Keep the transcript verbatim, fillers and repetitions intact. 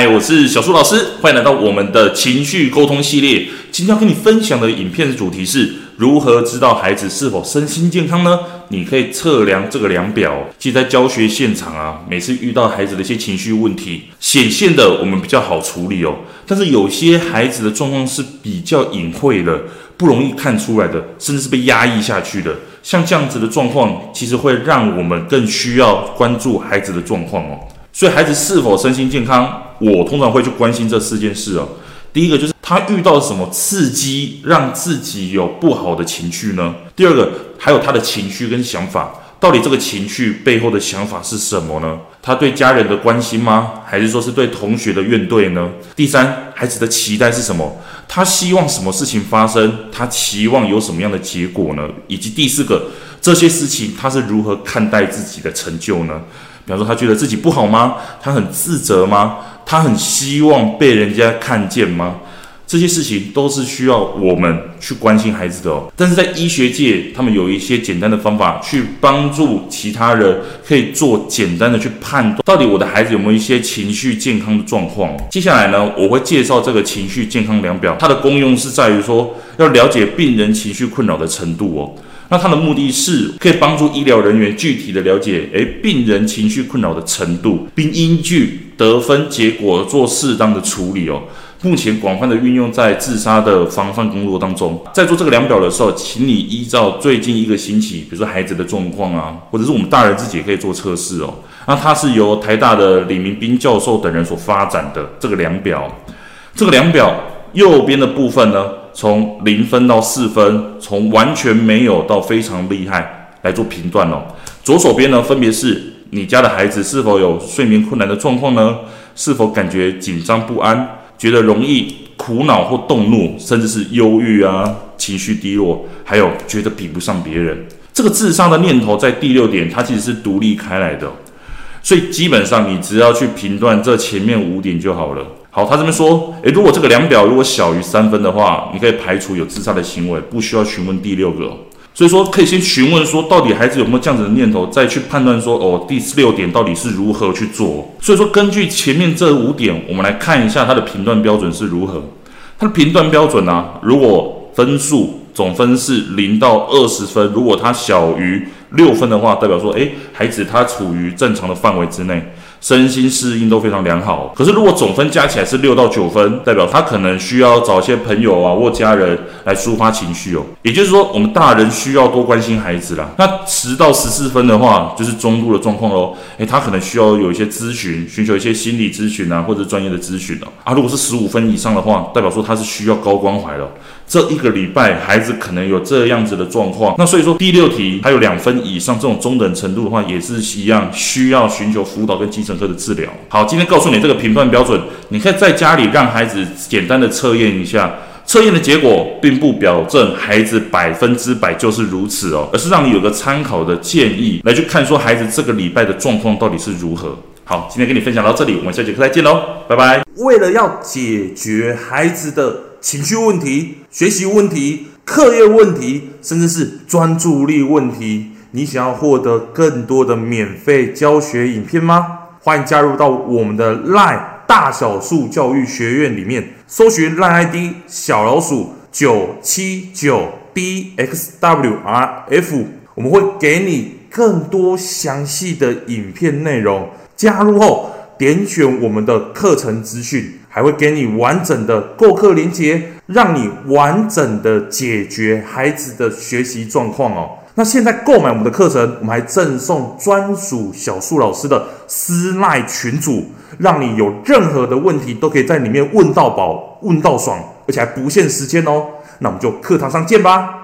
嗨，我是小苏老师，欢迎来到我们的情绪沟通系列。今天要跟你分享的影片的主题是如何知道孩子是否身心健康呢？你可以测量这个量表。其实在教学现场啊，每次遇到孩子的一些情绪问题，显现的我们比较好处理哦。但是有些孩子的状况是比较隐晦的，不容易看出来的，甚至是被压抑下去的。像这样子的状况，其实会让我们更需要关注孩子的状况哦。所以孩子是否身心健康，我通常会去关心这四件事哦。第一个就是他遇到什么刺激，让自己有不好的情绪呢？第二个，还有他的情绪跟想法，到底这个情绪背后的想法是什么呢？他对家人的关心吗？还是说是对同学的怨怼呢？第三，孩子的期待是什么？他希望什么事情发生？他期望有什么样的结果呢？以及第四个，这些事情他是如何看待自己的成就呢？比方说他觉得自己不好吗？他很自责吗？他很希望被人家看见吗？这些事情都是需要我们去关心孩子的哦。但是在医学界，他们有一些简单的方法去帮助其他人可以做简单的去判断，到底我的孩子有没有一些情绪健康的状况。接下来呢，我会介绍这个情绪健康量表，它的功用是在于说要了解病人情绪困扰的程度哦。那它的目的是可以帮助医疗人员具体的了解，诶，病人情绪困扰的程度，并依据得分结果做适当的处理哦。目前广泛的运用在自杀的防范工作当中。在做这个量表的时候，请你依照最近一个星期，比如说孩子的状况啊，或者是我们大人自己也可以做测试哦。那它是由台大的李明斌教授等人所发展的这个量表。这个量表右边的部分呢，从零分到四分，从完全没有到非常厉害来做评断哦。左手边呢，分别是你家的孩子是否有睡眠困难的状况呢？是否感觉紧张不安？觉得容易苦恼或动怒，甚至是忧郁啊，情绪低落，还有觉得比不上别人。这个自杀的念头在第六点，它其实是独立开来的，所以基本上你只要去评断这前面五点就好了。好，他这边说，诶，如果这个量表如果小于三分的话，你可以排除有自杀的行为，不需要询问第六个哦。所以说可以先询问说，到底孩子有没有这样子的念头，再去判断说，哦，第六点到底是如何去做。所以说根据前面这五点，我们来看一下它的评断标准是如何。它的评断标准啊，如果分数总分是零到二十分，如果它小于六分的话，代表说，诶，孩子他处于正常的范围之内，身心适应都非常良好。可是如果总分加起来是六到九分，代表他可能需要找一些朋友啊或家人来抒发情绪哦。也就是说，我们大人需要多关心孩子啦。那十到十四分的话，就是中度的状况咯。诶，他可能需要有一些咨询，寻求一些心理咨询啊，或者专业的咨询哦。啊，如果是十五分以上的话，代表说他是需要高关怀了。这一个礼拜孩子可能有这样子的状况，那所以说第六题还有两分以上这种中等程度的话，也是一样需要寻求辅导跟精神科的治疗。好，今天告诉你这个评断标准，你可以在家里让孩子简单的测验一下。测验的结果并不表证孩子百分之百就是如此哦，而是让你有个参考的建议，来去看说孩子这个礼拜的状况到底是如何。好，今天跟你分享到这里，我们下节课再见喽，拜拜。为了要解决孩子的情绪问题、学习问题、课业问题，甚至是专注力问题，你想要获得更多的免费教学影片吗？欢迎加入到我们的 LINE 大小树教育学院里面，搜寻 LINE I D 小老鼠九七九 B X W R F， 我们会给你更多详细的影片内容。加入后点选我们的课程资讯，还会给你完整的购课连结，让你完整的解决孩子的学习状况哦。那现在购买我们的课程，我们还赠送专属小树老师的私赖群组，让你有任何的问题都可以在里面问到饱、问到爽，而且还不限时间哦。那我们就课堂上见吧。